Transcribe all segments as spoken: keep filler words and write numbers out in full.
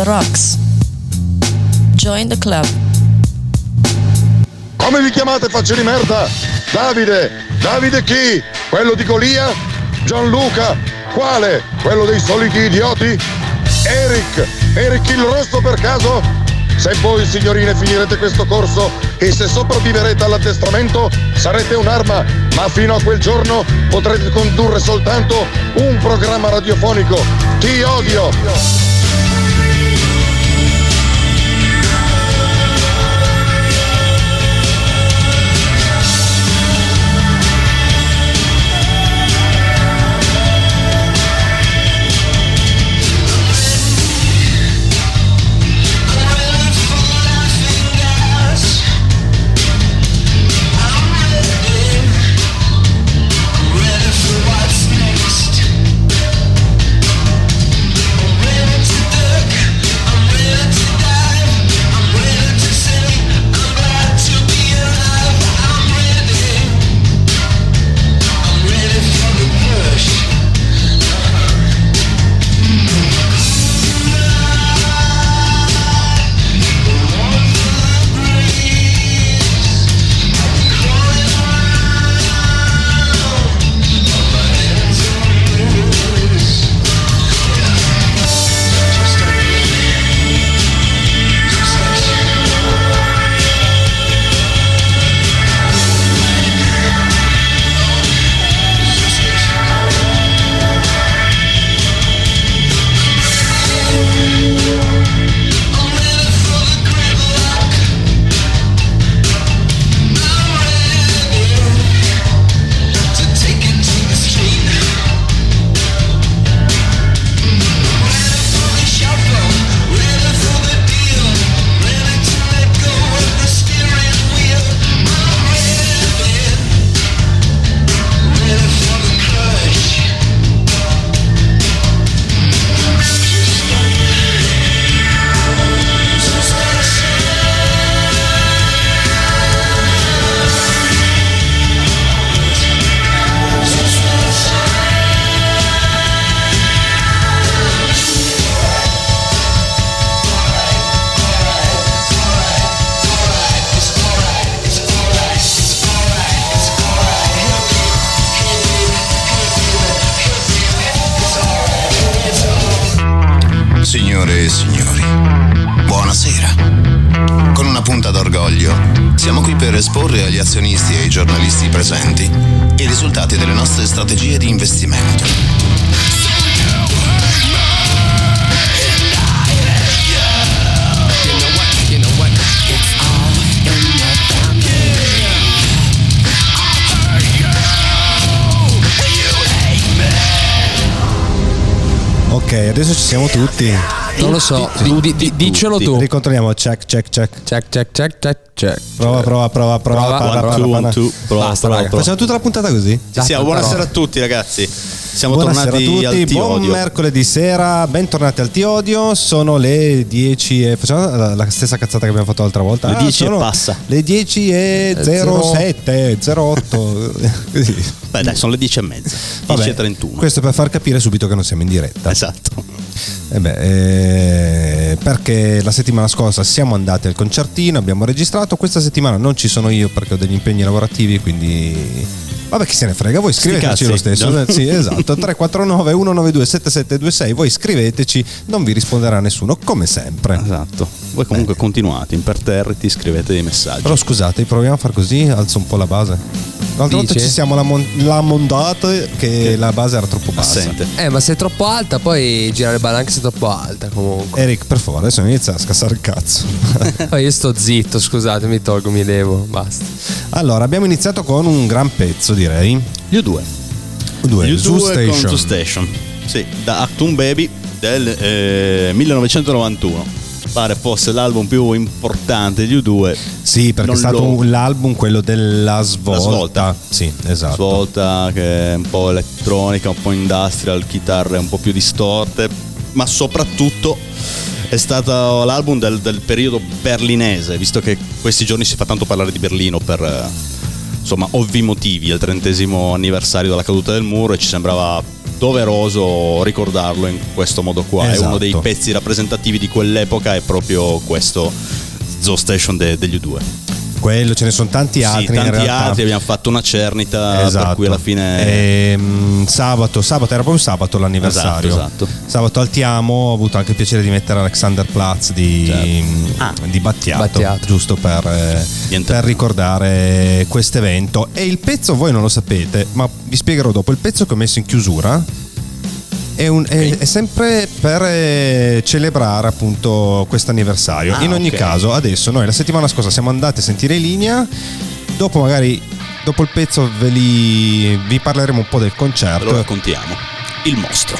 The Rocks. Join the club. Come vi chiamate, facce di merda? Davide? Davide chi? Quello di Golia? Gianluca? Quale? Quello dei soliti idioti? Eric? Eric il rosso per caso? Se voi, signorine, finirete questo corso e se sopravviverete all'addestramento, sarete un'arma, ma fino a quel giorno potrete condurre soltanto un programma radiofonico. Ti odio! Signore e signori, buonasera. Con una punta d'orgoglio, siamo qui per esporre agli azionisti e ai giornalisti presenti i risultati delle nostre strategie di investimento. Ok, adesso ci siamo tutti. Non lo so, di, di, di, dicelo tu. Ricontrolliamo, check, check, check. Check, check, check, check, check. Prova, prova, prova, prova. Prova, parla, one, parla, two, parla. one, two. Prova, Basta, prova, raga. prova. Facciamo tutta la puntata così? Sì, sì, buonasera a tutti ragazzi. Siamo Buonasera tornati a tutti, al Ti buon Odio. mercoledì sera, bentornati al Ti Odio. Sono le dieci e facciamo la, la stessa cazzata che abbiamo fatto l'altra volta. Le Ah, dieci e sono passa. Le dieci e zero sette, zero otto. Così. Beh dai, sono le dieci e mezza, Vabbè, dieci e trentuno. questo per far capire subito che non siamo in diretta. Esatto. Eh beh, eh, perché la settimana scorsa siamo andati al concertino, abbiamo registrato. Questa settimana non ci sono io perché ho degli impegni lavorativi, quindi vabbè, chi se ne frega, voi scriveteci lo stesso. no? Sì, esatto. tre quattro nove uno nove due sette sette due sei, voi scriveteci, non vi risponderà nessuno, come sempre. Esatto. Voi comunque continuate, imperterriti, scrivete dei messaggi. Però scusate, proviamo a far così, alzo un po' la base. L'altra volta Dici? ci siamo lamon- lamondate che, Che la base era troppo bassa. Assente. Eh, ma se è troppo alta, poi girare balla anche se è troppo alta. Comunque. Eric, per favore, adesso inizia a scassare il cazzo. Poi io sto zitto, scusate, mi tolgo, mi levo, basta. Allora, abbiamo iniziato con un gran pezzo, direi. Gli U due. Due, Gli U Zoo due Station. con Zoo Station. Sì, da Actum Baby del eh, millenovecentonovantuno. Pare fosse l'album più importante degli U due. Sì, perché Non è stato lo- l'album quello della svolta. La svolta. Sì, esatto. Svolta che è un po' elettronica, un po' industrial, chitarre un po' più distorte, ma soprattutto è stato l'album del, del periodo berlinese, visto che questi giorni si fa tanto parlare di Berlino per eh, insomma ovvi motivi, il trentesimo anniversario della caduta del muro, e ci sembrava doveroso ricordarlo in questo modo qua. Esatto. È uno dei pezzi rappresentativi di quell'epoca, è proprio questo Zoo Station de- degli U due. Quello, ce ne sono tanti altri. Sì, in tanti realtà. altri, abbiamo fatto una cernita, Esatto. per cui alla fine Ehm, sabato, sabato era proprio sabato l'anniversario. Esatto, esatto. Sabato al Tiamo ho avuto anche il piacere di mettere Alexanderplatz di, Certo. Ah. di Battiato, Battiato. giusto per, eh, Niente per male. ricordare questo evento. E il pezzo voi non lo sapete, ma vi spiegherò dopo. Il pezzo che ho messo in chiusura è, un- è- Ok. è sempre per eh, celebrare appunto questo anniversario. Ah, in ogni ok. caso, adesso noi la settimana scorsa siamo andati a sentire in linea. Dopo magari dopo il pezzo ve li, vi parleremo un po' del Ve concerto. lo raccontiamo. Il mostro.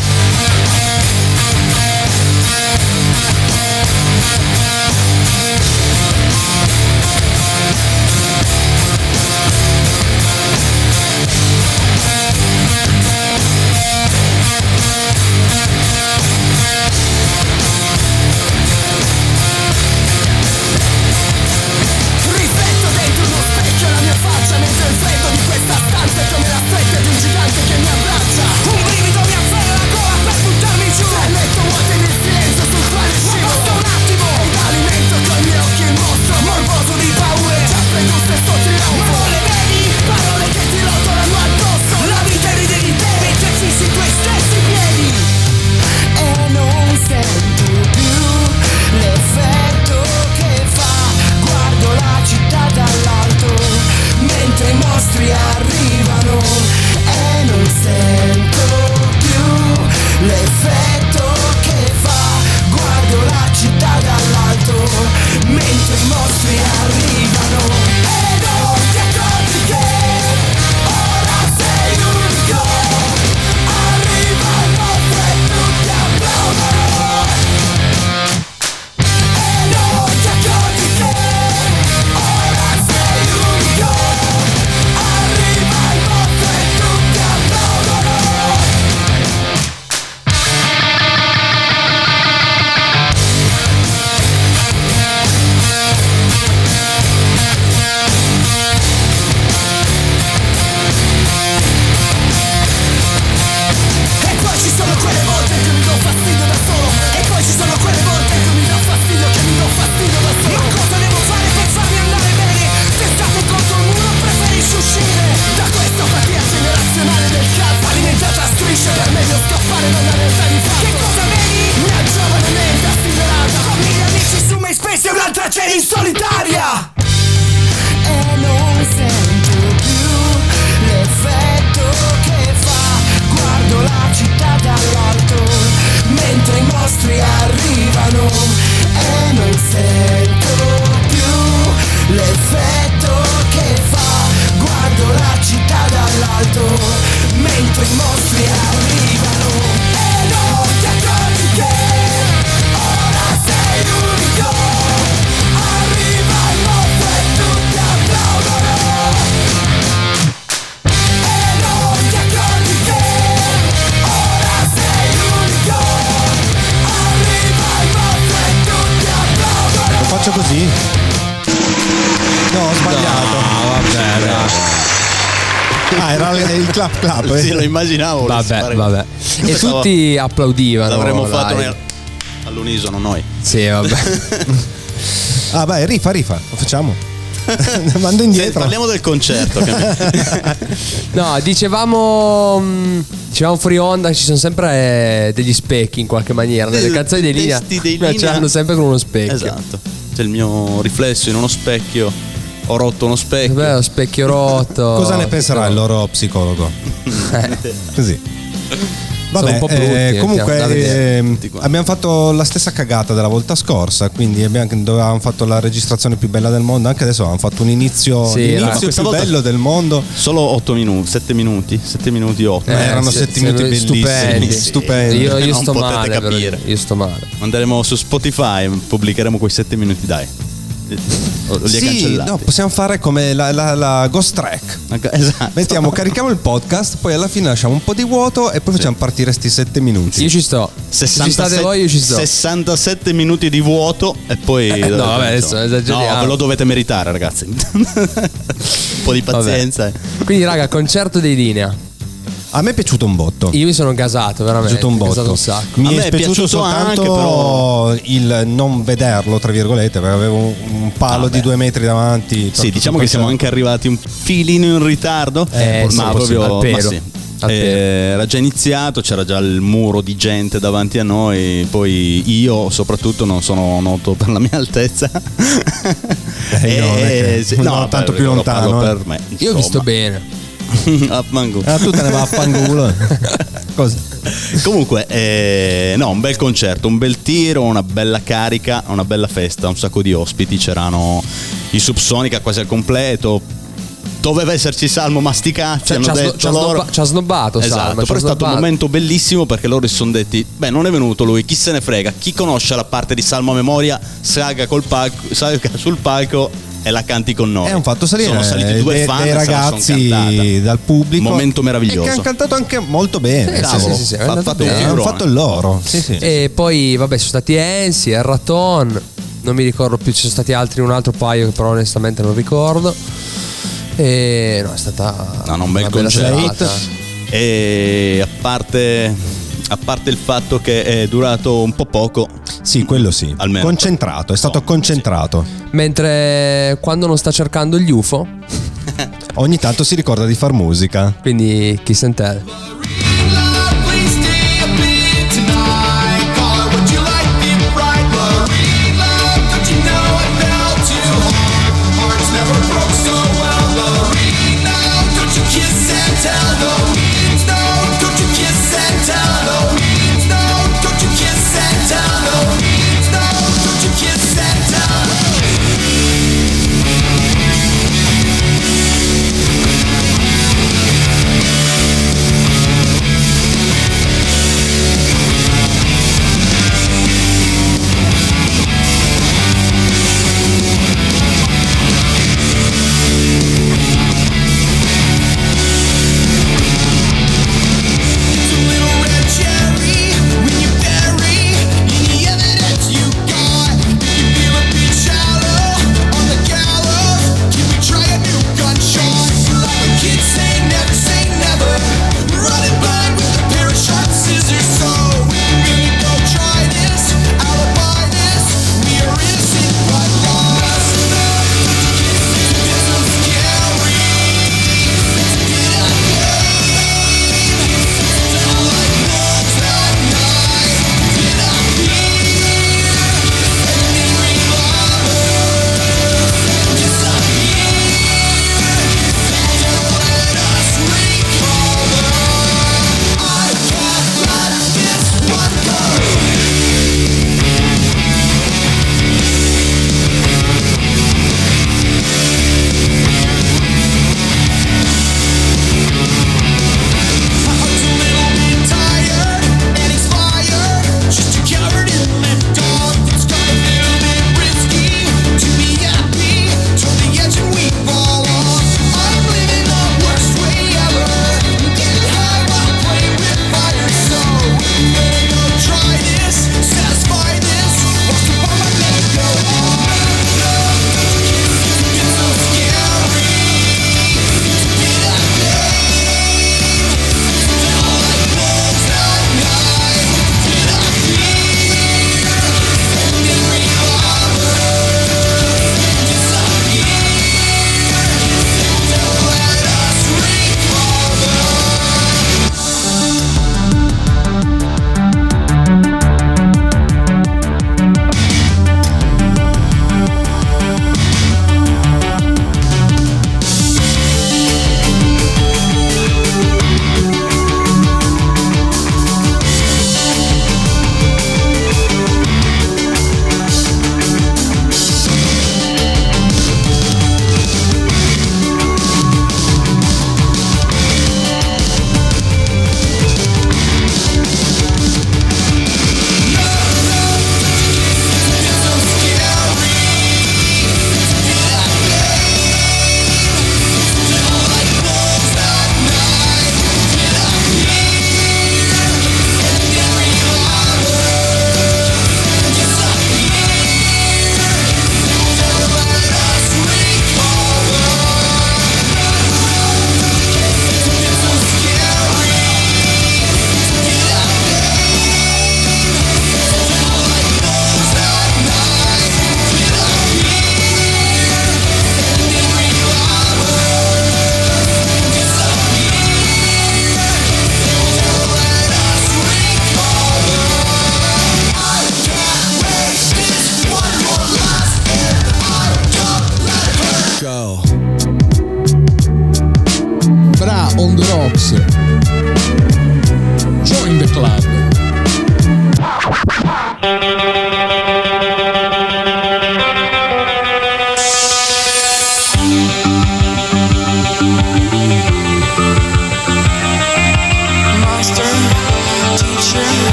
Rifletto dentro uno specchio la mia faccia, mentre il freddo di questa stanza è come la stretta di un gigante che mi abbraccia. Un brivido mi afferra la gola per buttarmi giù. Se letto vuoto nel silenzio sul quale scivolo. Basta un attimo ed alimento con i miei occhi il mostro morboso di paure. Già prendo un stesso trionfo. Ma le vedi? Parole che ti rotolano addosso. La vita ride di te mentre fissi i tuoi stessi piedi. E non sento più l'effetto che fa. Guardo la città dall'alto mentre i mostri arrivano. E non sento più l'effetto che fa. Guardo la città dall'alto mentre i mostri arrivano. E non ti accorgi che ora sei l'unico. Arriva il mostro e tutti applaudono. E non ti accorgi che ora sei l'unico. Arriva il mostro e tutti applaudono. E poi ci sono quelle volte che mi do fastidio da solo. E poi ci sono quelle volte che mi dà fastidio, che mi do fastidio da solo. Ma cosa devo fare per farmi andare bene? Se state contro il muro preferisci uscire da questa apatia generazionale del cazzo, alimentata a strisce per meglio scappare dalla realtà di fatto. Che cosa vedi? Mia giovane mente assiderata con mille amici su MySpace e un'altra cena in solitaria. E non sento più l'effetto che fa. Guardo la città dall'alto mentre i mostri arrivano. E non sento più l'effetto che fa. Guardo la città dall'alto mentre i mostri arrivano. E non ti accorgi che ora sei l'unico. Arriva il mostro e tutti applaudono. E non ti accorgi che ora sei l'unico. Arriva il mostro e tutti applaudono. Lo faccio così? No, ho sbagliato. No, vabbè, dai. Ah, era il, il clap clap. eh. Sì, lo immaginavo. Vabbè, Pare- vabbè. E Pensavo- tutti applaudivano. L'avremmo dai. fatto nel- all'unisono noi. Sì, vabbè. Ah, beh, rifa, rifa, lo facciamo. Mando indietro. Parliamo del concerto. che- No, dicevamo mh, dicevamo fuori onda che ci sono sempre eh, degli specchi in qualche maniera. Nelle Dei- canzoni dei dei linea testi dei ma ce Linea. l'hanno sempre con uno specchio. Esatto. C'è il mio riflesso in uno specchio. Ho rotto uno specchio. Beh, lo specchio rotto. Cosa ne penserà il loro psicologo? Così. Sono Vabbè, un po' brutti, eh, eh, comunque da vedere. ehm, Tutti quanti. abbiamo fatto la stessa cagata della volta scorsa, quindi abbiamo, dove avevamo fatto la registrazione più bella del mondo. Anche adesso avevamo fatto un inizio, Sì, l'inizio raga. più Questa volta- bello del mondo. Solo otto minuti, sette minuti, sette minuti otto. Eh, erano sette minuti bellissimi, stupendi. stupendi. Io, io Non sto potete male, però, capire. io sto male. Andremo su Spotify, pubblicheremo quei sette minuti, dai. O- Li hai Sì, cancellati. no, possiamo fare come la, la- la ghost track. Esatto. Mettiamo, carichiamo il podcast, poi alla fine lasciamo un po' di vuoto e poi facciamo partire sti sette minuti. Io ci sto. Se ci state sessantasette voi, io ci sto. sessantasette minuti di vuoto e poi Eh, no, vabbè, adesso esageriamo. No, ve lo dovete meritare, ragazzi. Un po' di pazienza. eh. Quindi, raga, concerto dei linea. A me è piaciuto un botto. Io mi sono gasato Mi è veramente. piaciuto un mi è gasato botto. un sacco. Mi A me è è piaciuto piaciuto soltanto anche, però- il non vederlo, tra virgolette, perché avevo un, un palo Ah, di beh. due metri davanti. per Sì, tutto diciamo che quel siamo tempo. anche arrivati un filino in ritardo, Eh, ma sì, proprio al pelo. ma sì. Al Eh, era già iniziato, c'era già il muro di gente davanti a noi, poi io soprattutto non sono noto per la mia altezza. Eh, io non è che- sì, no, no, tanto beh, più lo lontano, parlo eh. per me, Io ho visto insomma. bene. Ah, mango. Ah, tu te ne vai a fanculo. Cosa? Comunque, eh, no, un bel concerto, un bel tiro, una bella carica, una bella festa, un sacco di ospiti, c'erano i Subsonica quasi al completo. Doveva esserci Salmo masticazzi, Cioè, hanno ci ha detto sno- ci ha loro. snobba- ci ha snobbato Esatto, Salmo, ci però ha è stato un snobbato. momento bellissimo perché loro si sono detti: beh, non è venuto lui, chi se ne frega, chi conosce la parte di Salmo a memoria, salga col palco, salga sul palco e la canti con noi. È un fatto salire Sono saliti due dei, fan dei e se la son ragazzi cantata. dal pubblico. Momento meraviglioso. E che hanno cantato anche molto bene. Sì, Cavolo, sì, sì, sì, è ha andato fatto un bene. Hanno figurone. fatto il loro. Sì, sì. E poi, vabbè, sono stati Ensi, il Raton. Non mi ricordo più, ci sono stati altri, un altro paio che però onestamente non ricordo. E no, è stata No, no, un bel una bella concerto. serata. E a parte, a parte il fatto che è durato un po' poco, Sì, quello sì. Almeno. Concentrato, è stato No, concentrato. Mentre quando non sta cercando gli U F O, Ogni tanto si ricorda di far musica. quindi chi se ne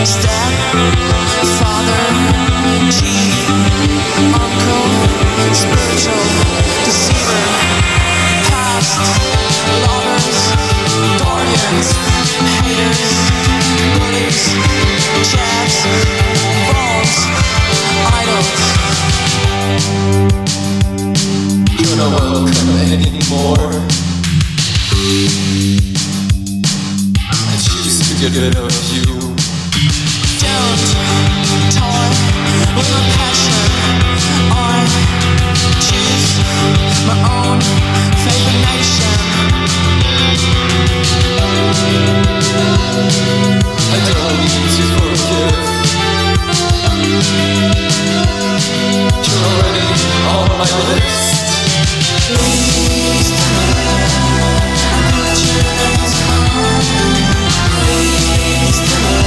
Stepfather, chief, uncle, spiritual deceiver, past lovers, guardians, haters, bullies, jabs, bones, idols. You're not welcome anymore. I choose to get rid of you. Don't toy with my passion. I choose my own favorite nation. I don't need to forgive. You're already on my list. Please put your hands on. Please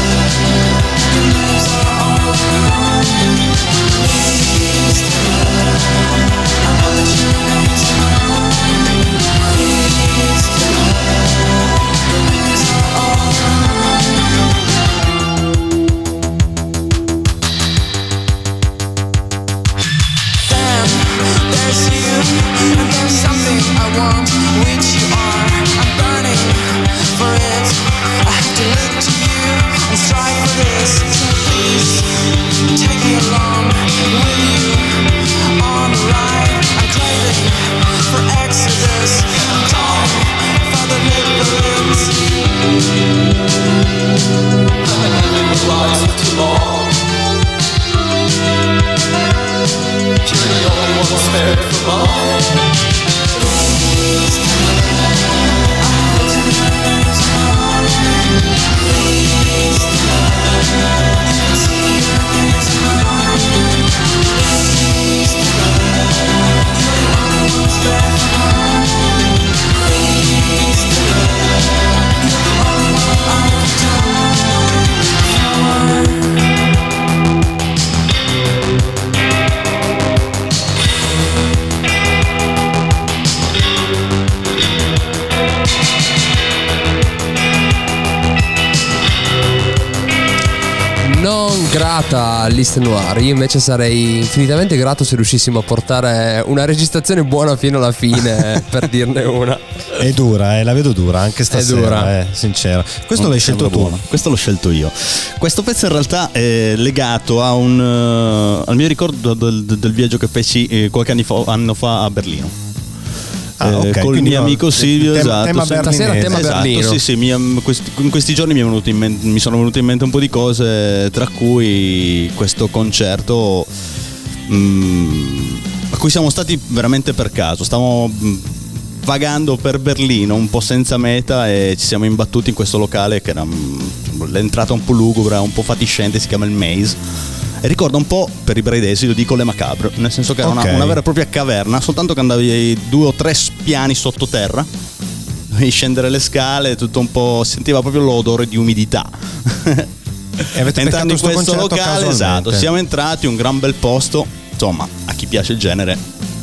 grata all'East Noir. Io invece sarei infinitamente grato se riuscissimo a portare una registrazione buona fino alla fine, per dirne una. È dura, eh, la vedo dura anche stasera, è dura. Eh, sincero. Questo Non l'hai scelto tu? buono. Questo l'ho scelto io. Questo pezzo in realtà è legato a un, uh, al mio ricordo del, del viaggio che feci eh, qualche anni fa, anno fa a Berlino. Ah, eh, ok, col quindi mio no, amico Silvio, tema- esatto. tema sì. Stasera tema Esatto, Berlino. sì, sì, mi- questi- in questi giorni mi, è venuto in men- mi sono venute in mente un po' di cose, tra cui questo concerto mm, a cui siamo stati veramente per caso. Stavamo mm, vagando per Berlino un po' senza meta e ci siamo imbattuti in questo locale che era mm, l'entrata un po' lugubre, un po' fatiscente, si chiama il Maze. E ricorda un po', per i braidesi lo dico, le Macabre, nel senso che era Ok. una, una vera e propria caverna, soltanto che andavi due o tre piani sottoterra, dovevi scendere le scale, tutto un po', si sentiva proprio l'odore di umidità. E avete Entrando in beccato sto questo concerto locale, casualmente? esatto, siamo entrati, un gran bel posto, insomma, a chi piace il genere.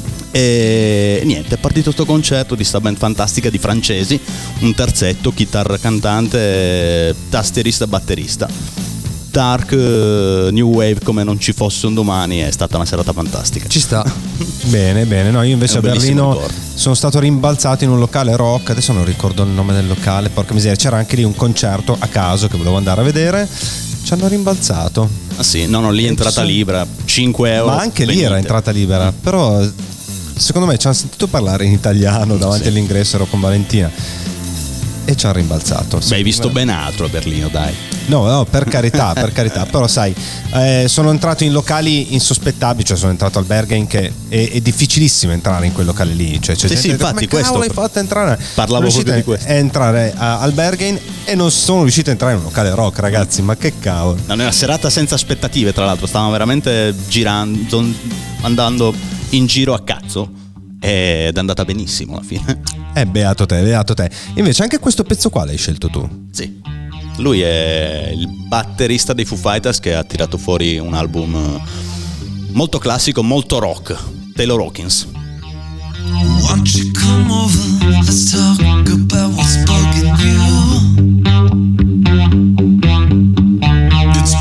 E niente, è partito sto concerto di sta band fantastica di francesi, un terzetto, chitarra cantante, tastierista, batterista. Dark, uh, new wave come non ci fosse un domani, è stata una serata fantastica. Ci sta. Bene, bene. No, io invece È a un bellissimo Berlino ricordo. sono stato rimbalzato in un locale rock, adesso non ricordo il nome del locale, porca miseria, c'era anche lì un concerto a caso che volevo andare a vedere, ci hanno rimbalzato. Ah sì, no, no, lì è entrata Sì. libera, cinque euro. Ma anche lì venite. era entrata libera, però secondo me ci hanno sentito parlare in italiano davanti Sì. all'ingresso, ero con Valentina e ci hanno rimbalzato. Beh, hai visto ben altro a Berlino, dai. No, no, per carità, per carità, però sai, eh, sono entrato in locali insospettabili, cioè sono entrato al Berghain, che è, è difficilissimo entrare in quel locale lì, cioè c'è Sì, gente sì, che dice, infatti, come cavolo questo- hai fatto a entrare? Parlavo Non riuscite proprio di questo. a entrare a- al Berghain e non sono riuscito a entrare in un locale rock, ragazzi, ma che cavolo. Non è una serata senza aspettative, tra l'altro, stavamo veramente girando, andando in giro a cazzo ed è andata benissimo alla fine. Eh, beato te, beato te. Invece anche questo pezzo qua l'hai scelto tu. Sì. Lui è il batterista dei Foo Fighters che ha tirato fuori un album molto classico, molto rock, Taylor Hawkins. Won't you come over? Let's talk about what's bugging you. It's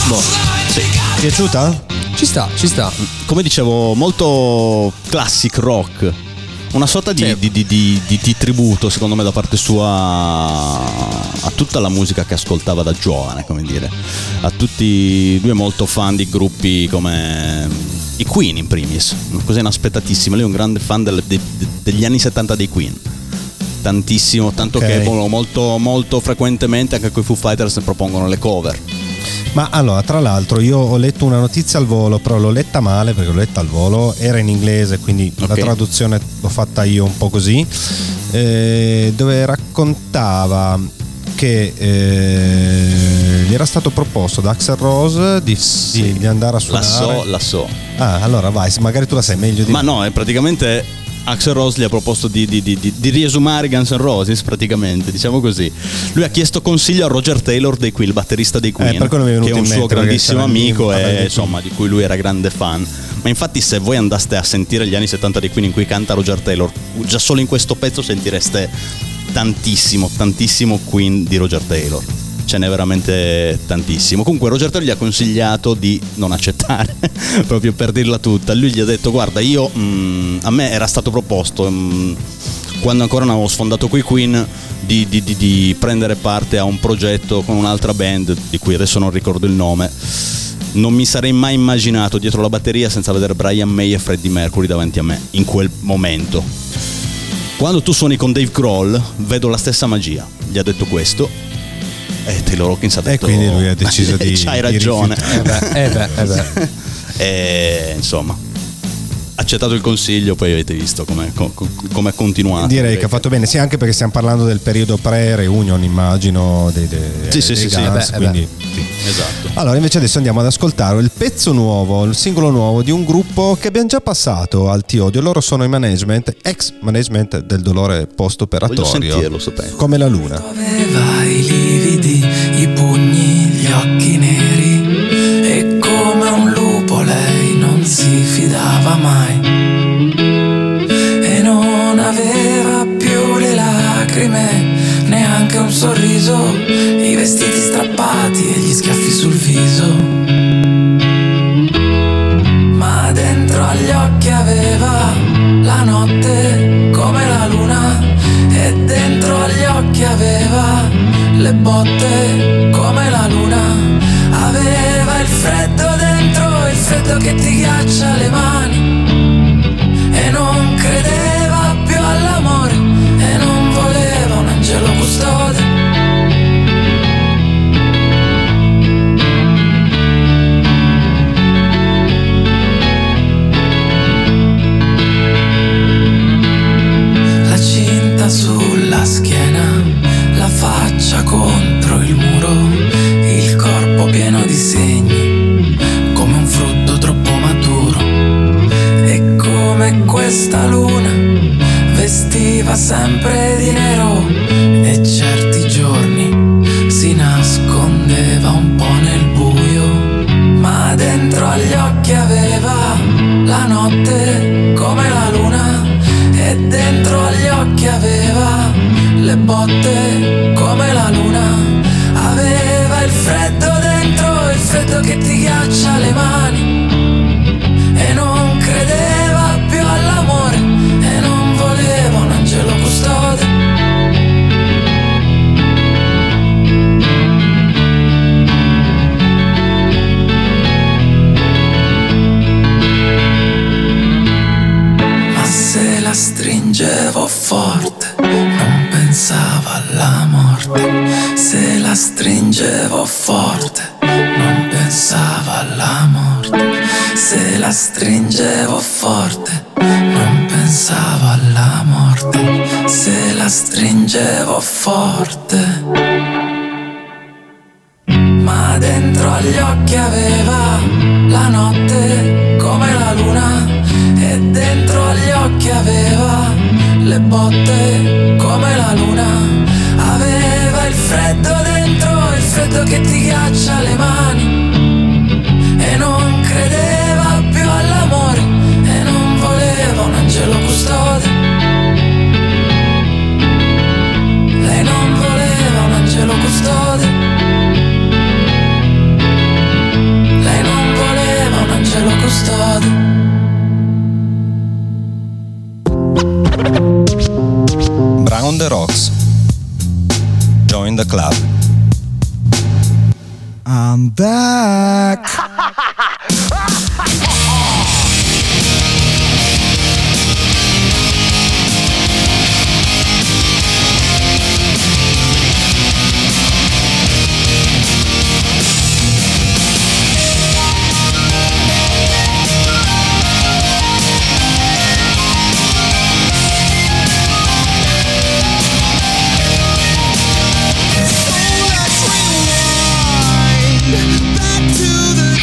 boh. Sì. Piaciuta? Ci sta, ci sta. Come dicevo, molto classic rock. Una sorta di, Sì. di, di, di, di, di tributo, secondo me, da parte sua a tutta la musica che ascoltava da giovane, come dire. A tutti, lui è molto fan di gruppi come i Queen in primis, una cosa inaspettatissima. Lui è un grande fan del, de, de, degli anni settanta dei Queen. Tantissimo, tanto Ok. che molto, molto frequentemente anche coi Foo Fighters propongono le cover. Ma allora, tra l'altro, io ho letto una notizia al volo, però l'ho letta male perché l'ho letta al volo, era in inglese, quindi la Ok. traduzione l'ho fatta io un po' così, eh, dove raccontava che eh, gli era stato proposto da Axl Rose di, di- di andare a La suonare. so, la so. Ah, allora vai, se magari tu la sai meglio di Ma me. no, è praticamente Axl Rose gli ha proposto di, di, di, di, di riesumare Guns N' Roses, praticamente, diciamo così. Lui ha chiesto consiglio a Roger Taylor dei Queen, il batterista dei Queen, Eh, per quello mi è venuto che è un in suo mente, grandissimo perché c'era il amico meme, vabbè, e di insomma di cui lui era grande fan. Ma infatti se voi andaste a sentire gli anni settanta dei Queen in cui canta Roger Taylor, già solo in questo pezzo sentireste tantissimo, tantissimo Queen di Roger Taylor. Ce n'è veramente tantissimo. Comunque Roger Taylor gli ha consigliato di non accettare, proprio per dirla tutta. Lui gli ha detto: guarda, io mh, a me era stato proposto mh, quando ancora non avevo sfondato coi Queen di, di, di, di prendere parte a un progetto con un'altra band di cui adesso non ricordo il nome. Non mi sarei mai immaginato dietro la batteria senza vedere Brian May e Freddie Mercury davanti a me in quel momento. Quando tu suoni con Dave Grohl vedo la stessa magia. Gli ha detto questo e Taylor Hawkins ha detto: E quindi lui ha deciso di- c'hai di ragione. rifiutare. Eh beh, eh beh, eh beh. E insomma, accettato il consiglio, poi avete visto come è continuato. Direi che ha fatto bene, sì, anche perché stiamo parlando del periodo pre-reunion, immagino, dei, dei, Sì, sì, dei sì, sì, Guns, eh beh, quindi, eh sì. Esatto. Allora, invece adesso andiamo ad ascoltare il pezzo nuovo, il singolo nuovo di un gruppo che abbiamo già passato al T-Odio. Loro sono i management, ex management del dolore post-operatorio. Voglio sentirlo, sto pezzo. Come la luna. Aveva i lividi, i pugni, gli occhi neri e come un lupo lei non si fidava mai e non aveva più le lacrime, neanche un sorriso, i vestiti strappati e gli schiaffi sul viso, ma dentro agli occhi aveva la notte come la luna e dentro agli occhi aveva le botte come la luna, aveva il freddo dentro, il freddo che ti ghiaccia le mani e non credeva più all'amore e non voleva un angelo custode. La cinta sulla schiena, la faccia contro il muro, il corpo pieno di segni, come un frutto troppo maturo. E come questa luna vestiva sempre di nero e certi giorni si nascondeva un po' nel buio, ma dentro agli occhi aveva la notte come la luna e dentro agli occhi aveva le botte come la luna, aveva il freddo dentro, il freddo che ti ghiaccia le mani e non credeva più all'amore e non voleva un angelo custode. Ma se la stringevo forte non pensava alla morte, se la stringevo forte non pensava alla morte, se la stringevo forte non pensava alla morte, se la stringevo forte. Ma dentro agli occhi aveva la notte come la luna e dentro agli occhi aveva le botte come la luna, aveva il freddo dentro, il freddo che ti ghiaccia le mani e non credeva più all'amore e non voleva un angelo custode. Lei non voleva un angelo custode. back. Back to the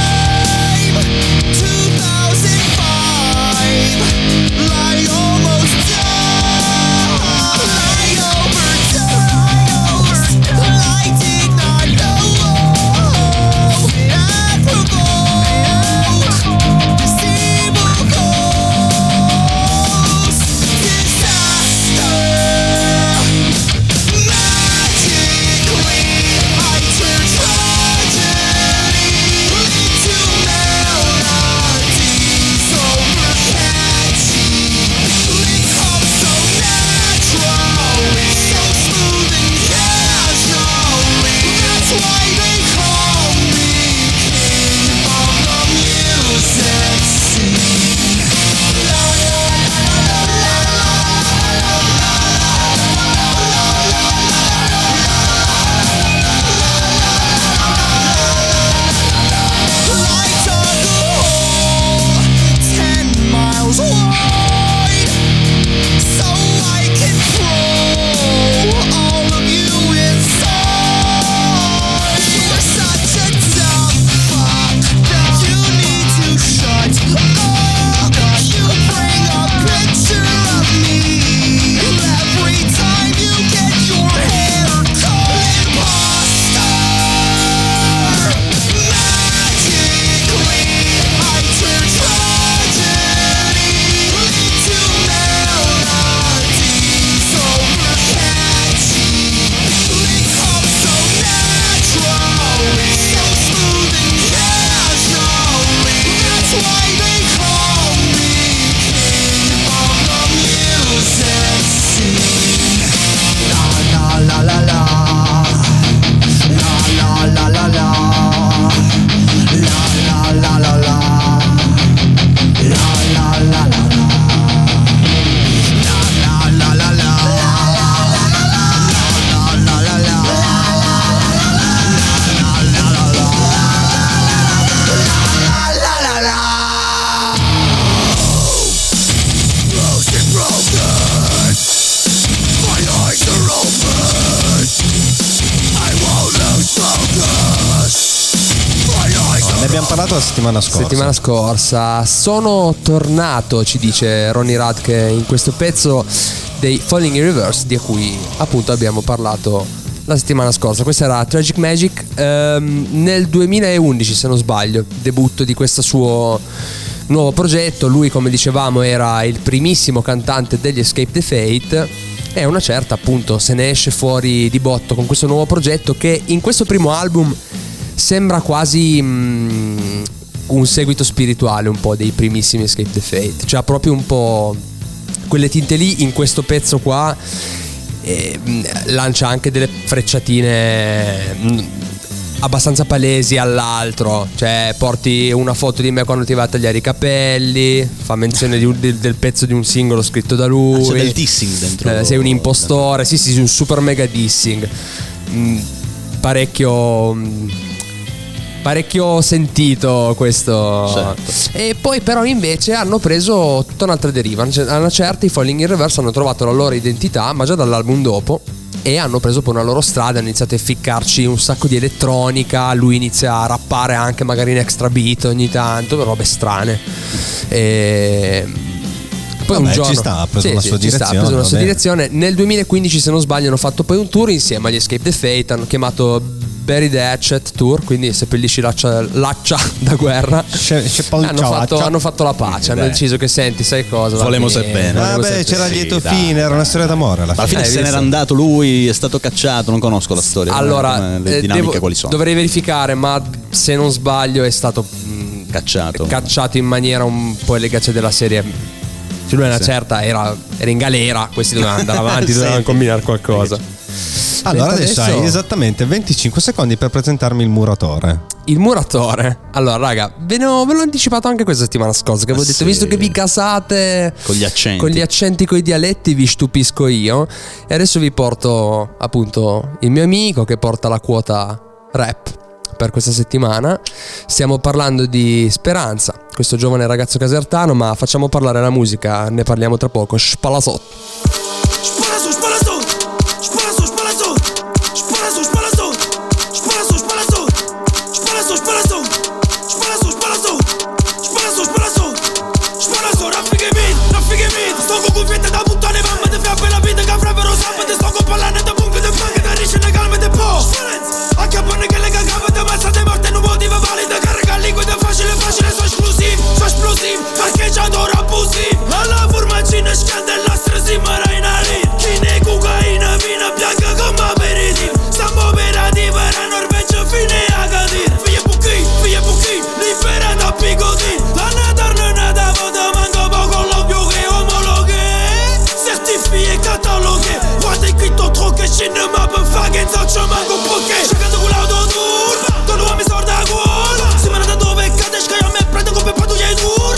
Ne abbiamo parlato la settimana scorsa. Settimana scorsa sono tornato, ci dice Ronnie Radke in questo pezzo dei Falling in Reverse, di cui appunto abbiamo parlato la settimana scorsa. Questa era Tragic Magic, ehm, nel duemilaundici se non sbaglio, debutto di questo suo nuovo progetto. Lui, come dicevamo, era il primissimo cantante degli Escape the Fate e una certa appunto se ne esce fuori di botto con questo nuovo progetto che in questo primo album sembra quasi mm, un seguito spirituale un po' dei primissimi Escape the Fate, cioè proprio un po' quelle tinte lì. In questo pezzo qua e, mm, lancia anche delle frecciatine mm, abbastanza palesi all'altro, cioè porti una foto di me quando ti vai a tagliare i capelli, fa menzione di un, del, del pezzo di un singolo scritto da lui, ah, c'è del dissing dentro, eh, sei un impostore, sì sì, un super mega dissing, mm, parecchio mm, parecchio sentito questo, certo. E poi però invece hanno preso tutta un'altra deriva. A una certa i Falling in Reverse hanno trovato la loro identità, ma già dall'album dopo, e hanno preso poi una loro strada, hanno iniziato a ficcarci un sacco di elettronica, lui inizia a rappare anche magari in extra beat ogni tanto, robe strane. E poi Vabbè, un giorno ci sta, ha preso sì, la sì, sua ci direzione, sta, ha preso la sua vabbè. direzione. Nel duemilaquindici se non sbaglio hanno fatto poi un tour insieme agli Escape the Fate, hanno chiamato Bury the Hatchet Tour, quindi seppellisci l'accia, l'accia da guerra. C'è, c'è poi hanno, fatto, hanno fatto la pace, hanno Beh. deciso che senti, sai cosa, va Volemo bene, se bene. volemo Vabbè, se c'era bene. lieto Sì, dai, fine, era una storia d'amore alla Alla fine. fine Eh, se visto? n'era andato lui, è stato cacciato, non conosco la storia. Allora, le eh, dinamiche devo- quali sono? dovrei verificare, ma se non sbaglio è stato mh, Cacciato. cacciato in maniera un po' elegante della serie. Se lui è una Sì. certa era, era in galera, questi dovevano andare avanti, Sì. dovevano combinare qualcosa. Allora Mentre adesso hai esattamente venticinque secondi per presentarmi il muratore. Il muratore. Allora, raga, ve, ne ho- ve l'ho anticipato anche questa settimana scorsa. Che avevo detto, Sì. visto che vi casate Con gli accenti. con gli accenti, con i dialetti, vi stupisco io. E adesso vi porto appunto il mio amico che porta la quota rap per questa settimana. Stiamo parlando di Speranza, questo giovane ragazzo casertano, ma facciamo parlare la musica, ne parliamo tra poco. Spalasot. Spara su, spara su, spara su, spara su, spara su, spara su, spara su, spara su, spara su, spara su, spara su, spara su, spara su, spara su, spara su, raffiche beat, raffiche beat, sto con cuffiette da puttane, mamma te fai appena vita che avrebbero sabato, sto con pallane da punche, da panche, da risce, da calme, da po'. A capanne che le cagava, da mazza, da morte, non motiva valida, carica liquida, facile, facile, so esclusiv, so esplosiv, parcheggiato abusiv, alla formaggine scandella, stresi, marainari, chine, cocaina, vina bianca come aperitivo, stiamo operativi, era Norvegia, fine a Gadir, figlia buchi, figlia buchi, libera da piccotin, la natarna è nata, vota, manca poco l'ovvio che omologhe, certifié, cataloghe, guarda qui tutto tro che cinema, per fare che faccio manco poche, cercando con l'autotour, con l'uomo mi sorda a cuore, si me ne da dove cade, scaglia me prende come patuglia in tour,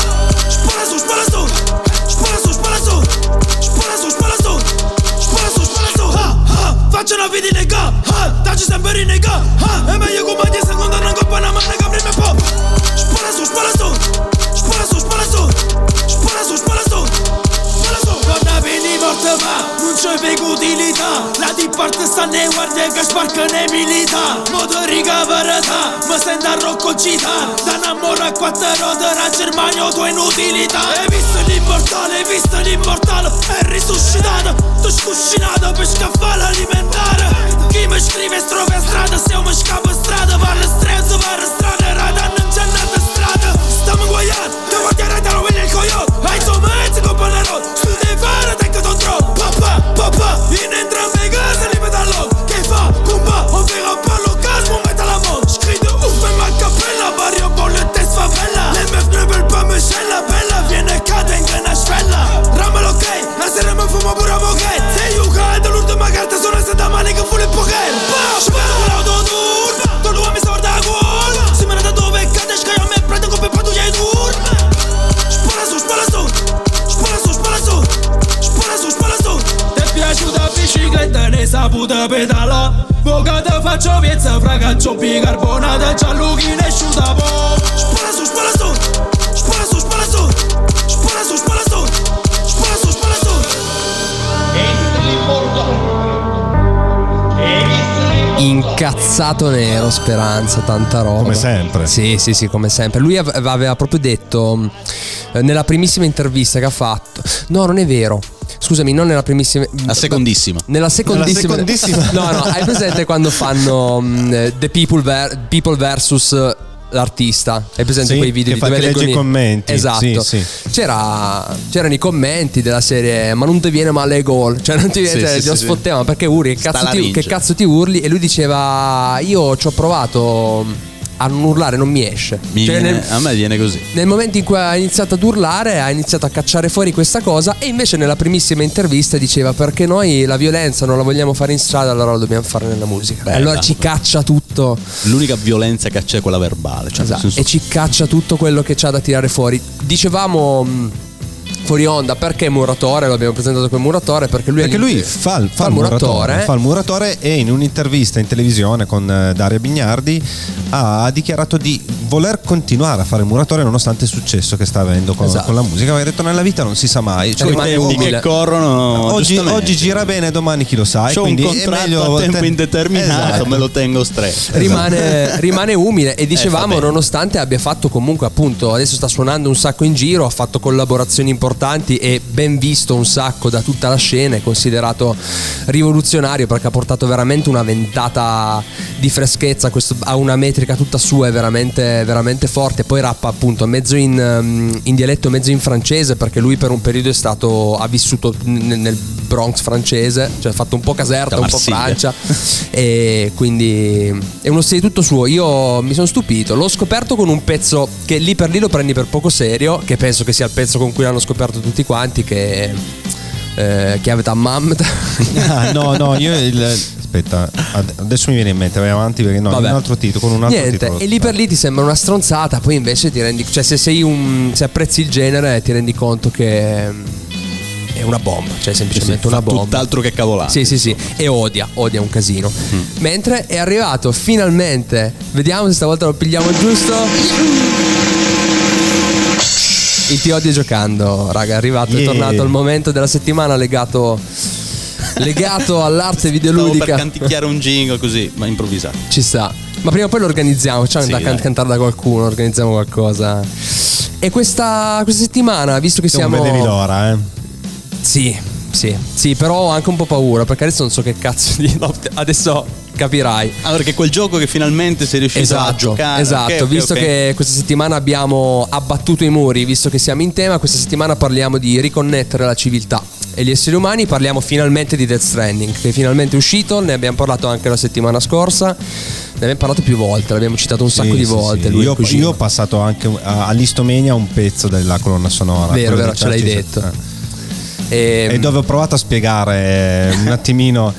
spara su, spara su, spara su, spara su, spara su, spara su, spara su, spara su, ha, ha, faccio una vita in nega, ha, dacci sempre in nega, ha, è meglio come di seconda, non coppa una mano che prima po', spara su, spara su, spara su, spara su, spara su, spara su, spara su, guarda vedi morte ma, non c'è vega utilità, la di parte sta ne guardia che sparca ne milita, motorica verata, ma stai da rocco gita, da innamora a quattro rote, la Germania o tua inutilità, hai visto l'immortale, hai visto l'immortale, è risuscitata, tu scuscinata per scaffale alimentare, chi mi scrive strofe a strada, se io mi scappo a strada, parla strezzo, parla strada, rada, non c'è nata strada, stiamo guaiando, devo tirare da rovina il coyote, hai tuo mezzo con panerò, su devi fare, te che t'ho papà, papà, in entrambe le case li pedalo, che fa, compa, ovvero parlo casmo, metta la mo, scrive uff e ma cappella, barrio bollette sfavella, le meuf ne veulent pas me la bella, viene cade in grana svella, rammelo ok, la sera mi fumo pure a moquette, se yuca è dell'ultima carta, sono stata male che vuole poker, spero con l'autotour, con l'uomo mi sorda a cuore, si me ne da dove cade, scaglia me prende come patuglia in tour, spara su, spara su, spara su, spara su, spara su, spara su, ti è piaciuta bicicletta, ne saputa pedala, boca te faccio piezza, fragaccio bicarbonata, gialluchina e sciuta po', spara su, spara su, spara su, spara su, spara su, spara su, spara su, spara su, Incazzato nero, Speranza, tanta roba. Come sempre. Sì, sì, sì, come sempre. Lui ave- aveva proprio detto eh, nella primissima intervista che ha fatto. No, non è vero. Scusami, non nella primissima. La secondissima. Nella secondissima. Nella secondissima. No, no, hai presente quando fanno um, The People, ver- People versus l'artista? Hai presente Sì, quei video che di fa- dove che legge leggono i commenti. Esatto. Sì, sì. C'era, c'erano i commenti della serie ma non ti viene male il gol, cioè non ti viene, Sì, cioè, sì, ti lo sì, sfottevano perché urli, che Sta cazzo, la ti, ringe. che cazzo ti urli, e lui diceva io ci ho provato a non urlare, non mi esce. Mi Cioè, viene- nel, a me viene così. nel momento in cui ha iniziato ad urlare ha iniziato a cacciare fuori questa cosa, e invece nella primissima intervista diceva perché noi la violenza non la vogliamo fare in strada, allora la dobbiamo fare nella musica. Bella. Allora ci caccia tutto. L'unica violenza che c'è è quella verbale, cioè nel Esatto. senso- E ci caccia tutto quello che c'ha da tirare fuori. Dicevamo mh, fuori onda perché muratore, lo abbiamo presentato come muratore perché lui, Perché è lui fa, il- fa fa il il muratore, muratore. fa il muratore e in un'intervista in televisione con eh, Daria Bignardi ha dichiarato di voler continuare a fare il muratore nonostante il successo che sta avendo con, Esatto. con la musica. Ha detto nella vita non si sa mai. Cioè, Rimane I tempi umile. che corrono oggi, giustamente. oggi gira bene, domani chi lo sa. e C'ho un quindi è contratto meglio a tempo te- indeterminato, Esatto. me lo tengo stretto. rimane, rimane umile. E dicevamo, Eh, fa bene. nonostante abbia fatto comunque, appunto, adesso sta suonando un sacco in giro, ha fatto collaborazioni importanti e ben visto un sacco da tutta la scena, è considerato rivoluzionario perché ha portato veramente una ventata di freschezza. Questo ha una metrica tutta sua, è veramente, veramente forte. Poi rappa appunto mezzo in, um, in dialetto, mezzo in francese, perché lui per un periodo è stato, ha vissuto n- nel Bronx francese, cioè ha fatto un po' Caserta, Da un po' Marsiglia. Francia, e quindi è uno stile tutto suo. Io mi sono stupito, l'ho scoperto con un pezzo che lì per lì lo prendi per poco serio, che penso che sia il pezzo con cui l'hanno scoperto tutti quanti, che eh, Chiave da Mamma. Ah, no, no, io il, aspetta, adesso mi viene in mente, vai avanti perché no, Vabbè. un altro titolo, con un altro Niente, titolo. e lì per lì ti sembra una stronzata, poi invece ti rendi, cioè se sei un, se apprezzi il genere ti rendi conto che mm, è una bomba, cioè semplicemente Sì, una fa bomba. tutt'altro che cavolate. Sì, sì, sì, e odia, odia un casino. Mm. Mentre è arrivato finalmente, vediamo se stavolta lo pigliamo giusto. Il Ti odio giocando, raga, è arrivato, Yeah. è tornato il momento della settimana legato legato all'arte Stavo videoludica. per canticchiare un jingle così, ma improvvisato. Ci sta. Ma prima o poi lo organizziamo, facciamo Sì, da can- dai. cantare da qualcuno, organizziamo qualcosa. E questa, questa settimana, visto che Non siamo... vedevi l'ora, eh? Sì, sì, sì, però ho anche un po' paura, perché adesso non so che cazzo di... no, adesso capirai. Ah, perché quel gioco che finalmente sei riuscito Esatto, a giocare. esatto. Ok, ok, visto ok. che questa settimana abbiamo abbattuto i muri, visto che siamo in tema, questa settimana parliamo di riconnettere la civiltà e gli esseri umani. Parliamo finalmente di Death Stranding, che è finalmente uscito, ne abbiamo parlato anche la settimana scorsa, ne abbiamo parlato più volte, l'abbiamo citato un sacco Sì, di sì, volte. sì. Lui e Io, il cugino. io ho passato anche a- all'Istomania un pezzo della colonna sonora. Vero, quella vero, di ce l'hai Churchill. detto. Eh. E, E dove ho provato a spiegare un attimino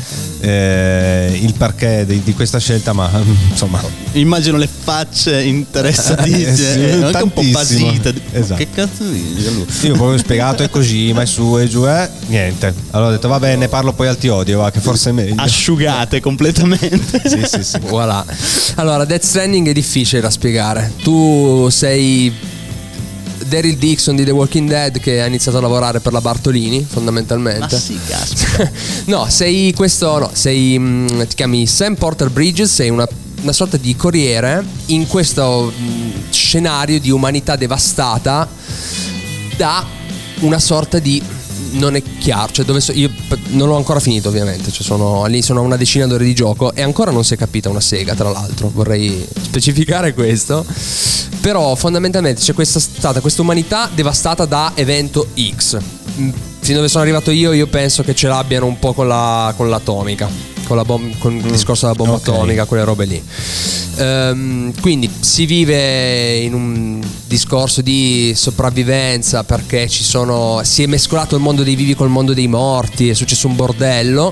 eh, il perché di, di questa scelta, ma insomma, Immagino le facce interessatissime, Eh, sì, eh, anche un po' tantissimo. basite. Esatto. Che cazzo dici? Lui? io ho proprio spiegato è così, ma è su e giù è niente. Allora ho detto vabbè, ne parlo poi al Ti odio, va, che forse è meglio. Asciugate completamente. Sì, sì, sì. voilà. Allora, Death Stranding è difficile da spiegare. Tu sei Daryl Dixon di The Walking Dead che ha iniziato a lavorare per la Bartolini, fondamentalmente. Ma sì, caspita. No, sei questo, no, sei mh, ti chiami Sam Porter Bridges, sei una, una sorta di corriere in questo mh, scenario di umanità devastata da una sorta di non è chiaro, cioè dove so, io p- non l'ho ancora finito ovviamente, cioè sono lì, sono a una decina d'ore di gioco e ancora non si è capita una sega, tra l'altro vorrei specificare questo. Però fondamentalmente c'è questa stata questa umanità devastata da evento X. Mm, Fin dove sono arrivato io, io penso che ce l'abbiano un po' con la con l'atomica, con, la bom- con il discorso della bomba ok. atomica, quelle robe lì. Ehm, quindi si vive in un discorso di sopravvivenza perché ci sono si è mescolato il mondo dei vivi col mondo dei morti, è successo un bordello.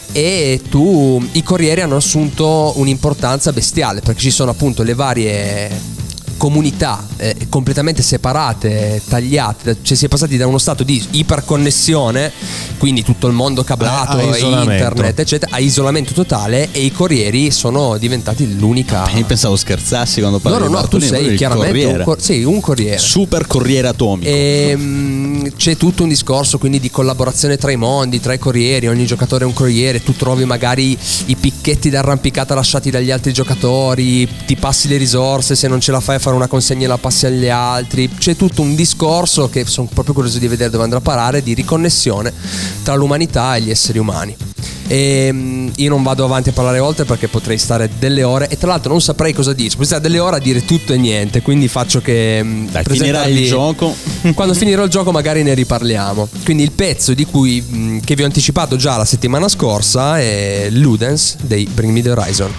E tu i corrieri hanno assunto un'importanza bestiale perché ci sono appunto le varie comunità eh, completamente separate, tagliate, cioè si è passati da uno stato di iperconnessione, quindi tutto il mondo cablato, A- a e isolamento. internet eccetera, a isolamento totale, e i corrieri sono diventati l'unica. Io pensavo scherzassi quando No, parli no, di no, tu Bartolini, sei proprio il chiaramente un, corriere. cor- sì, un corriere. Super corriere atomico. E, mm, c'è tutto un discorso quindi di collaborazione tra i mondi, tra i corrieri, ogni giocatore è un corriere, tu trovi magari i picchetti d'arrampicata lasciati dagli altri giocatori, ti passi le risorse, se non ce la fai a fare una consegna la passi agli altri, c'è tutto un discorso che sono proprio curioso di vedere dove andrà a parare, di riconnessione tra l'umanità e gli esseri umani. E mm, io non vado avanti a parlare oltre perché potrei stare delle ore e tra l'altro non saprei cosa dire, potrei stare delle ore a dire tutto e niente, quindi faccio che mm, Dai, finirai il presentarvi- gioco. quando finirò il gioco magari ne riparliamo. Quindi il pezzo di cui mh, che vi ho anticipato già la settimana scorsa è Ludens dei Bring Me The Horizon.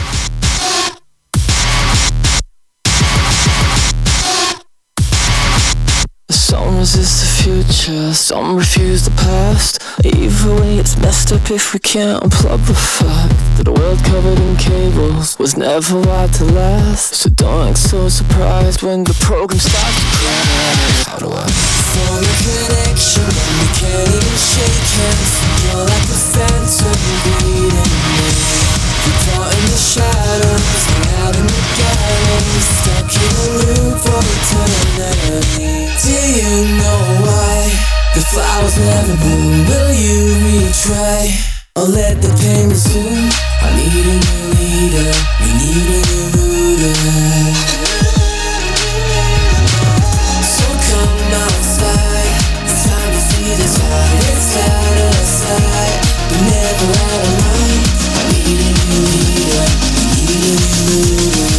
Some resist the future, some refuse the past. Either way it's messed up if we can't unplug the fact that a world covered in cables was never wired to last. So don't act so surprised when the program starts to crash. How do I form a connection when we can't even shake hands? You're like the phantom bleeding me. You're caught in the shadows, hang out in the galleries, stuck in a loop for eternity. Do you know why the flowers never bloom? Will you retry or let the pain resume? I need a new leader, we need a new ruler. So come outside, it's time to see this light. It's out of sight, but never out of mind. I need a new leader, we need a new ruler.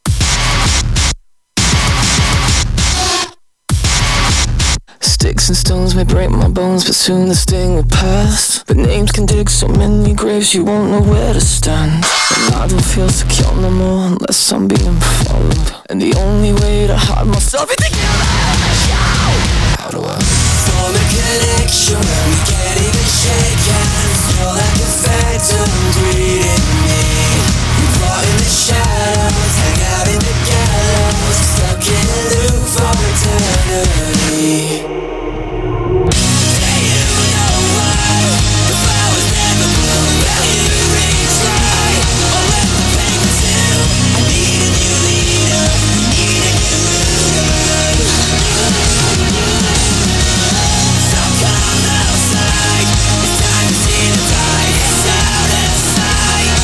Sticks and stones stones may break my bones, but soon the sting will pass. But names can dig so many graves, you won't know where to stand. And I don't feel secure no more unless I'm being followed. And the only way to hide myself is to kill them. How do I form a connection when we can't even shake hands? Feel like a phantom greeting me. You brought in the shadows, hang out in the gallows, stuck in a loop for eternity. Outside, it's time to see the tide. It's out of sight.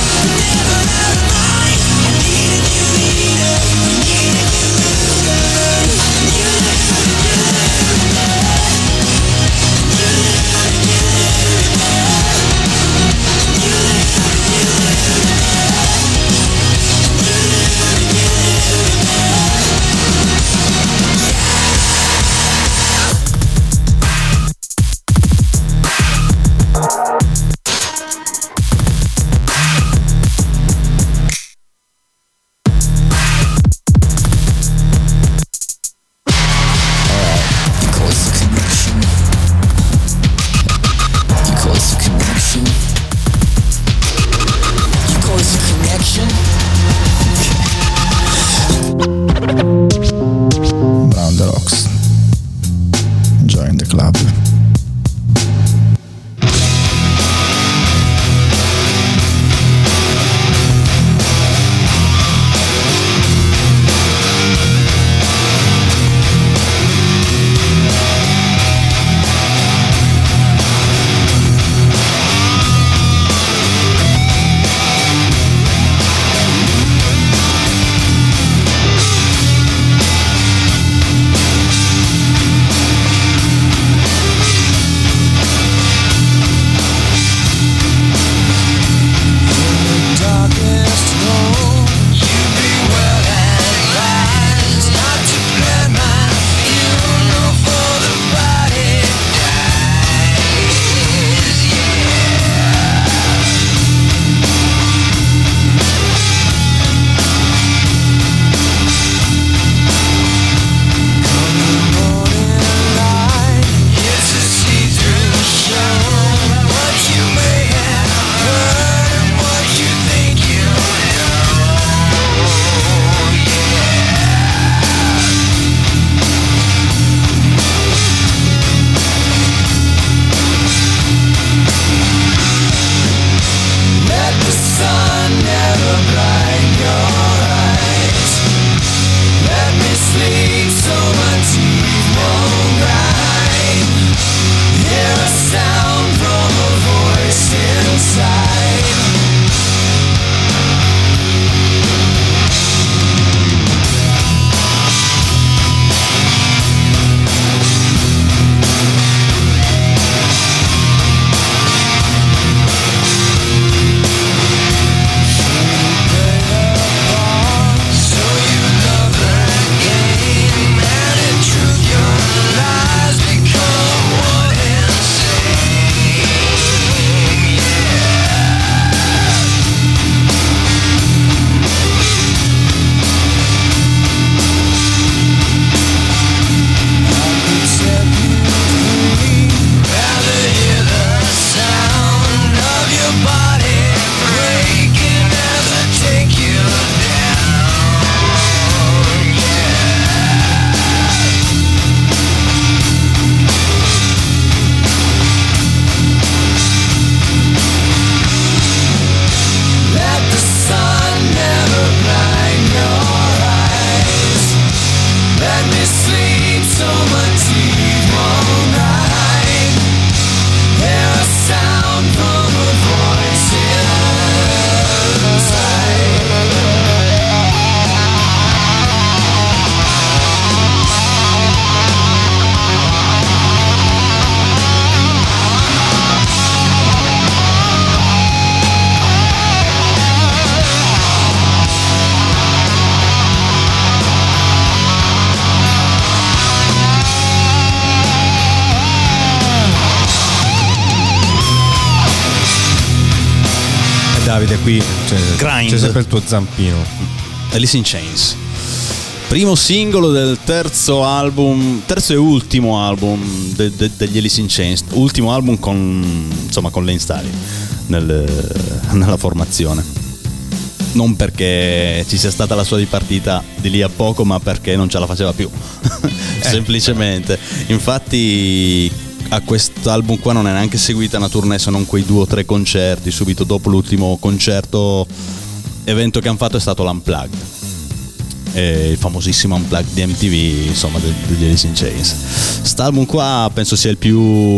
Davide, qui c'è, Grind. c'è sempre il tuo zampino. Alice in Chains, primo singolo del terzo album, terzo e ultimo album de, de, degli Alice in Chains, ultimo album con, insomma, con Lane Staley nel, nella formazione. Non perché ci sia stata la sua dipartita di lì a poco, ma perché non ce la faceva più. Semplicemente. Infatti a quest'album qua non è neanche seguita una tournée, se non quei due o tre concerti. Subito dopo l'ultimo concerto, evento che hanno fatto è stato l'Unplugged, e il famosissimo Unplugged di M T V, insomma, degli Alice in Chains. Quest'album qua penso sia il più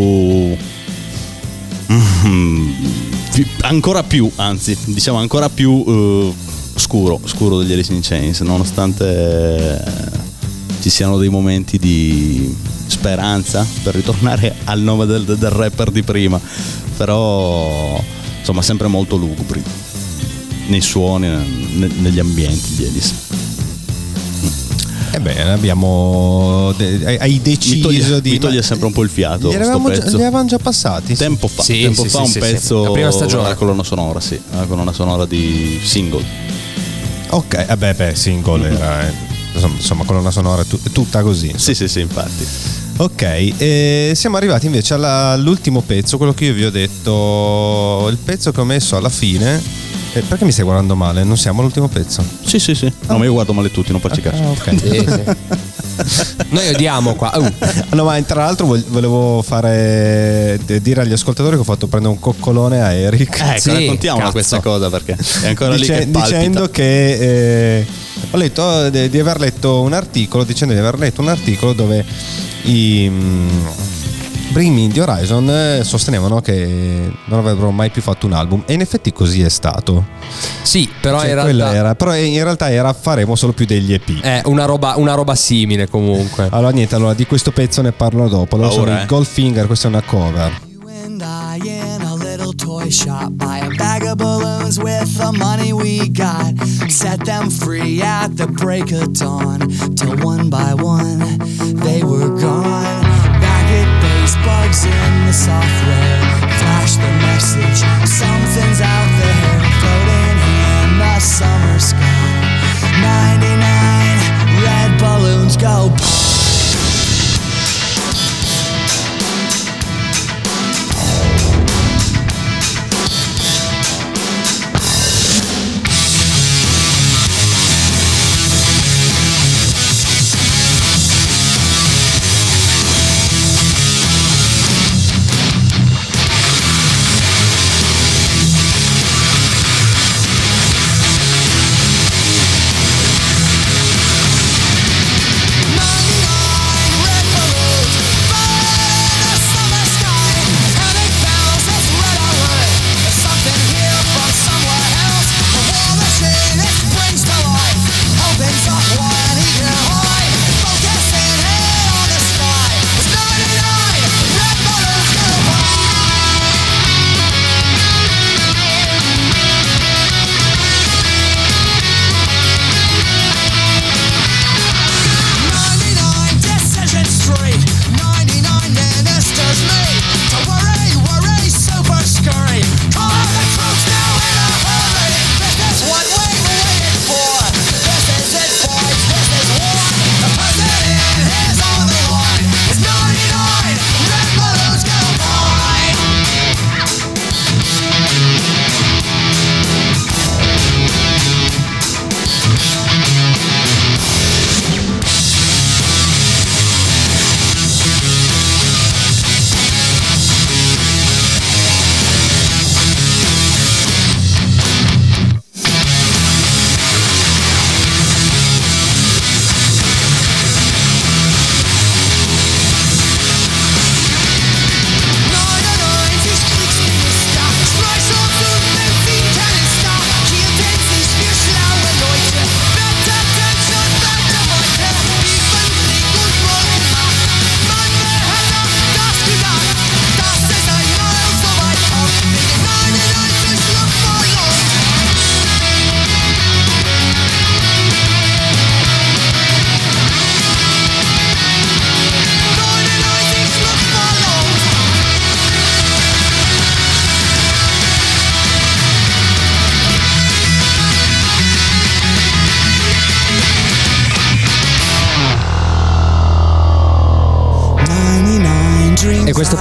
mm, più, ancora più, anzi diciamo ancora più uh, scuro, scuro degli Alice in Chains, nonostante ci siano dei momenti di speranza, per ritornare al nome del, del rapper di prima, però insomma sempre molto lugubri nei suoni, ne, negli ambienti di Alice. Ebbene, abbiamo de- hai deciso mi toglie, di mi toglie sempre un po' il fiato. Li sto avevamo già, pezzo. li avevamo già passati. Tempo fa, Sì, tempo sì, fa sì, un sì, pezzo, sì. La prima stagione. la colonna sonora, sì, la colonna sonora di Single. Ok, eh beh, beh, single era, eh, insomma, insomma, colonna sonora è, tu- è tutta così. insomma. Sì, sì, sì, infatti. Ok, e siamo arrivati invece alla- all'ultimo pezzo, quello che io vi ho detto, il pezzo che ho messo alla fine. Eh, perché mi stai guardando male? Non siamo all'ultimo pezzo? Sì, sì, sì. No, ma io guardo male tutti, non faccio caso. Ah, ok. Sì, sì. Noi odiamo qua. Uh. No, ma tra l'altro vol- volevo fare de- dire agli ascoltatori che ho fatto prendere un coccolone a Eric. Ecco, Sì, raccontiamola cazzo. questa cosa, perché è ancora Dice- lì che palpita. dicendo che eh, ho letto di, di aver letto un articolo, dicendo di aver letto un articolo dove i mm, Bring Me The Horizon eh, sostenevano che non avrebbero mai più fatto un album, e in effetti così è stato. Sì, però Cioè, in quella realtà era, però in realtà era faremo solo più degli E P. è una roba, una roba simile comunque. Allora niente, allora di questo pezzo ne parlo dopo. Allora Ora, sono eh. i Goldfinger, questa è una cover. You and I in a little toy shop, buy a bag of balloons with the money we got, set them free at the break of dawn, till one by one they were gone. Back at base, bugs in the software, flash the message, something's out there, floating in the summer sky. ninety-nine red balloons go.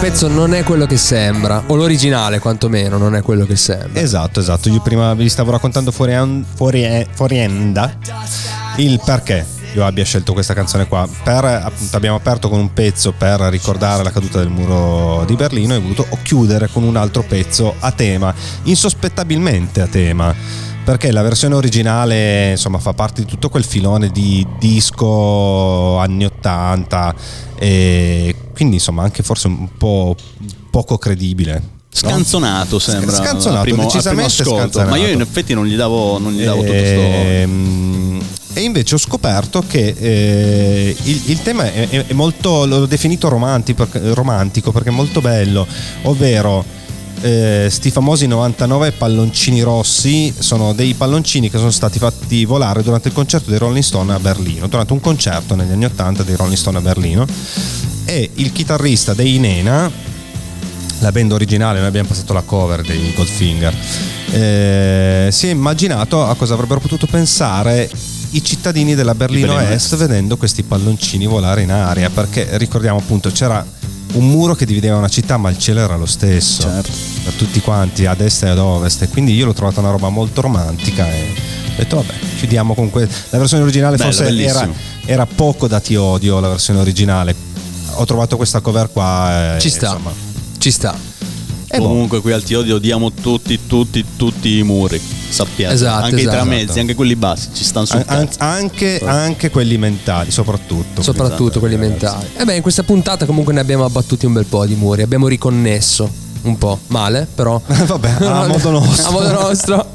pezzo non è quello che sembra, o l'originale quantomeno non è quello che sembra. Esatto, esatto. Io prima vi stavo raccontando fuori, fuori, fuorienda il perché io abbia scelto questa canzone qua. Per, appunto, abbiamo aperto con un pezzo per ricordare la caduta del muro di Berlino e ho voluto chiudere con un altro pezzo a tema, insospettabilmente a tema, perché la versione originale insomma fa parte di tutto quel filone di disco anni ottanta e quindi insomma anche forse un po' poco credibile. Scanzonato, no? Sembra scanzonato, primo, decisamente scanzonato. Ma io in effetti non gli davo, non gli davo tutto e, sto... e invece ho scoperto che eh, il, il tema è, è molto, l'ho definito romantico, romantico perché è molto bello, ovvero eh, sti famosi novantanove palloncini rossi sono dei palloncini che sono stati fatti volare durante il concerto dei Rolling Stone a Berlino, durante un concerto negli anni ottanta dei Rolling Stone a Berlino, e il chitarrista dei Nena, la band originale, noi abbiamo passato la cover dei Goldfinger, eh, si è immaginato a cosa avrebbero potuto pensare i cittadini della Berlino, Berlino Est, Est vedendo questi palloncini volare in aria, perché ricordiamo appunto c'era un muro che divideva una città ma il cielo era lo stesso, certo, per tutti quanti a destra e ad ovest, e quindi io l'ho trovata una roba molto romantica e ho detto vabbè, chiudiamo con que- la versione originale. Bello, forse era, era poco da ti odio la versione originale, ho trovato questa cover qua e, ci sta, insomma, ci sta. E comunque qui al Ti Odio odiamo tutti, tutti, tutti i muri, sappiate. Esatto, anche esatto. i tramezzi, anche quelli bassi ci stanno sul An- cazzo. anche, anche quelli mentali, soprattutto. Soprattutto esatto, quelli ragazzi. mentali. E beh, in questa puntata comunque ne abbiamo abbattuti un bel po' di muri, abbiamo riconnesso un po', male però. Vabbè, a modo nostro. A modo nostro.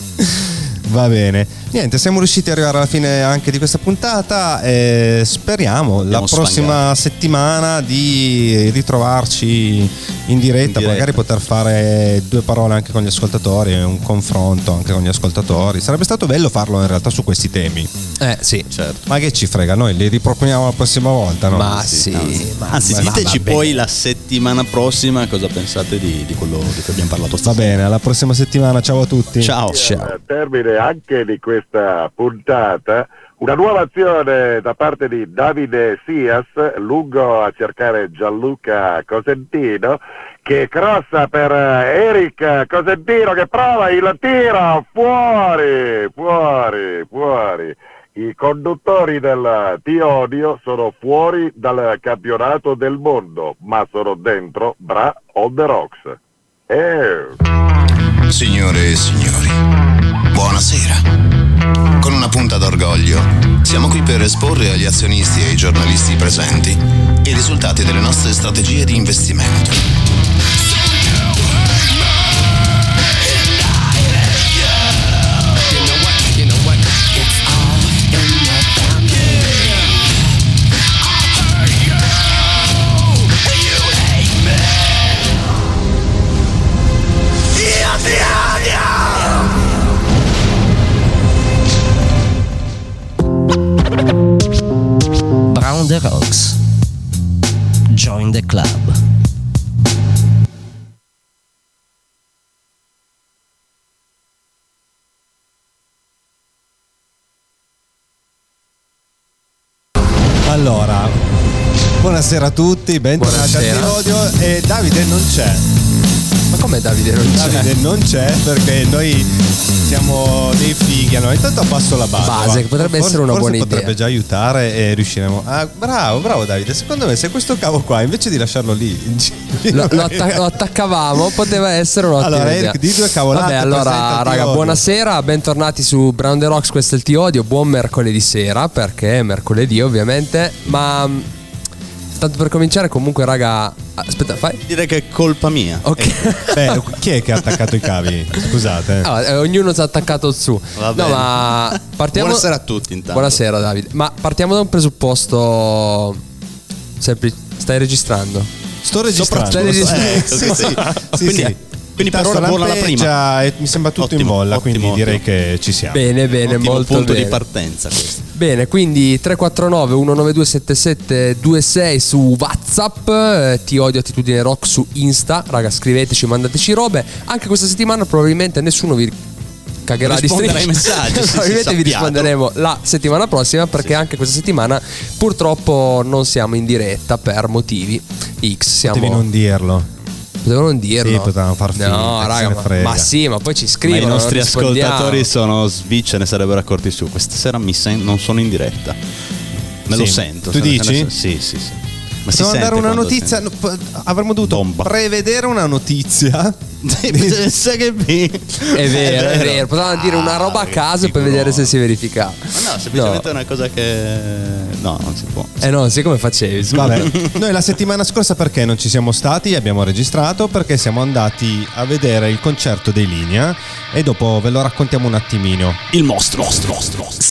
Va bene. Niente, siamo riusciti ad arrivare alla fine anche di questa puntata e speriamo Abbiamo la prossima sfangato. settimana di ritrovarci in diretta, In diretta. magari poter fare due parole anche con gli ascoltatori, un confronto anche con gli ascoltatori. Sarebbe stato bello farlo in realtà su questi temi. Eh sì, Certo. Ma che ci frega, noi li riproponiamo la prossima volta, no? ma sì, ma, Anzi, ma- diteci va bene. poi la settimana prossima cosa pensate di, di quello di cui abbiamo parlato Va stasera. bene, alla prossima settimana, ciao a tutti. Ciao. Al termine anche di questa puntata, una nuova azione da parte di Davide Sias, lungo a cercare Gianluca Cosentino, che crossa per Eric Cosentino che prova il tiro, fuori, fuori, fuori. I conduttori del Ti Odio sono fuori dal campionato del mondo, ma sono dentro Bra on the Rocks. Eh. Signore e signori, buonasera. Con una punta d'orgoglio, siamo qui per esporre agli azionisti e ai giornalisti presenti i risultati delle nostre strategie di investimento. Brown the Rocks. Join the club. Allora, buonasera a tutti, bentornati al Ti Buonasera. Odio. E Davide non c'è. Ma come Davide non c'è? Davide non c'è perché noi siamo dei fighi. Allora, intanto abbasso la base. Base, che potrebbe Forse- essere una forse buona idea. potrebbe già aiutare e riusciremo. Ah, bravo, bravo Davide. Secondo me se questo cavo qua, invece di lasciarlo lì in giro, Lo, lo atta- lo attaccavamo, poteva essere un'ottima Allora, idea. Eric, di due cavolate, Vabbè, presenta allora, il Ti raga, Odio. buonasera, bentornati su Brown the Rocks, questo è il Ti Odio, buon mercoledì sera, perché è mercoledì ovviamente, ma mh, tanto per cominciare comunque, raga, aspetta, fai? Direi che è colpa mia. Ok. Beh, chi è che ha attaccato i cavi? Scusate. Ah, eh, ognuno si è attaccato su. Va No, bene. ma partiamo. Buonasera a tutti intanto. Buonasera Davide. Ma partiamo da un presupposto semplice. Stai registrando? Sto registrando. Stai registrando. Eh, ecco, sì, sì. Sì, Quindi, sì. quindi Il per tasto ora vola la lampeggia prima. e mi sembra tutto in Ottimo, bolla, ottimo, quindi direi ottimo. che ci siamo. Bene, bene, Ottimo molto punto bene. di partenza questo. Bene, quindi tre quattro nove uno nove due sette sette due sei su WhatsApp, eh, Ti Odio Attitudine Rock su Insta, raga, scriveteci, mandateci robe. Anche questa settimana probabilmente nessuno vi cagherà di Rispondere striscia. ai messaggi, sì, sì, Probabilmente vi sappiamo. risponderemo la settimana prossima, perché Sì. anche questa settimana purtroppo non siamo in diretta per motivi X. Siamo Devi non dirlo. Potevano non dirlo. Sì, potevano far finta, No, chi se raga, ne ma, frega. ma sì, ma poi ci Ma scrivono. i nostri non rispondiamo. ascoltatori sono switch, ne sarebbero accorti su. Questa sera mi sen- non sono in diretta. Me lo Sì. sento. Tu se ne- dici? se ne- Sì, sì, sì. Ma si Potevamo sente dare una quando notizia. senti. no, p- Avremmo dovuto Bomba. prevedere una notizia. Pensa che vi- È vero, è vero. Potevano dire una roba a Ah, che caso per figurone. vedere se si verificava. Ma no, semplicemente è una cosa che. No, non si può. Eh no, sì, come facevi? scusa. Vabbè, noi la settimana scorsa perché non ci siamo stati? Abbiamo registrato perché siamo andati a vedere il concerto dei Linea e dopo ve lo raccontiamo un attimino. Il mostro, mostro, mostro.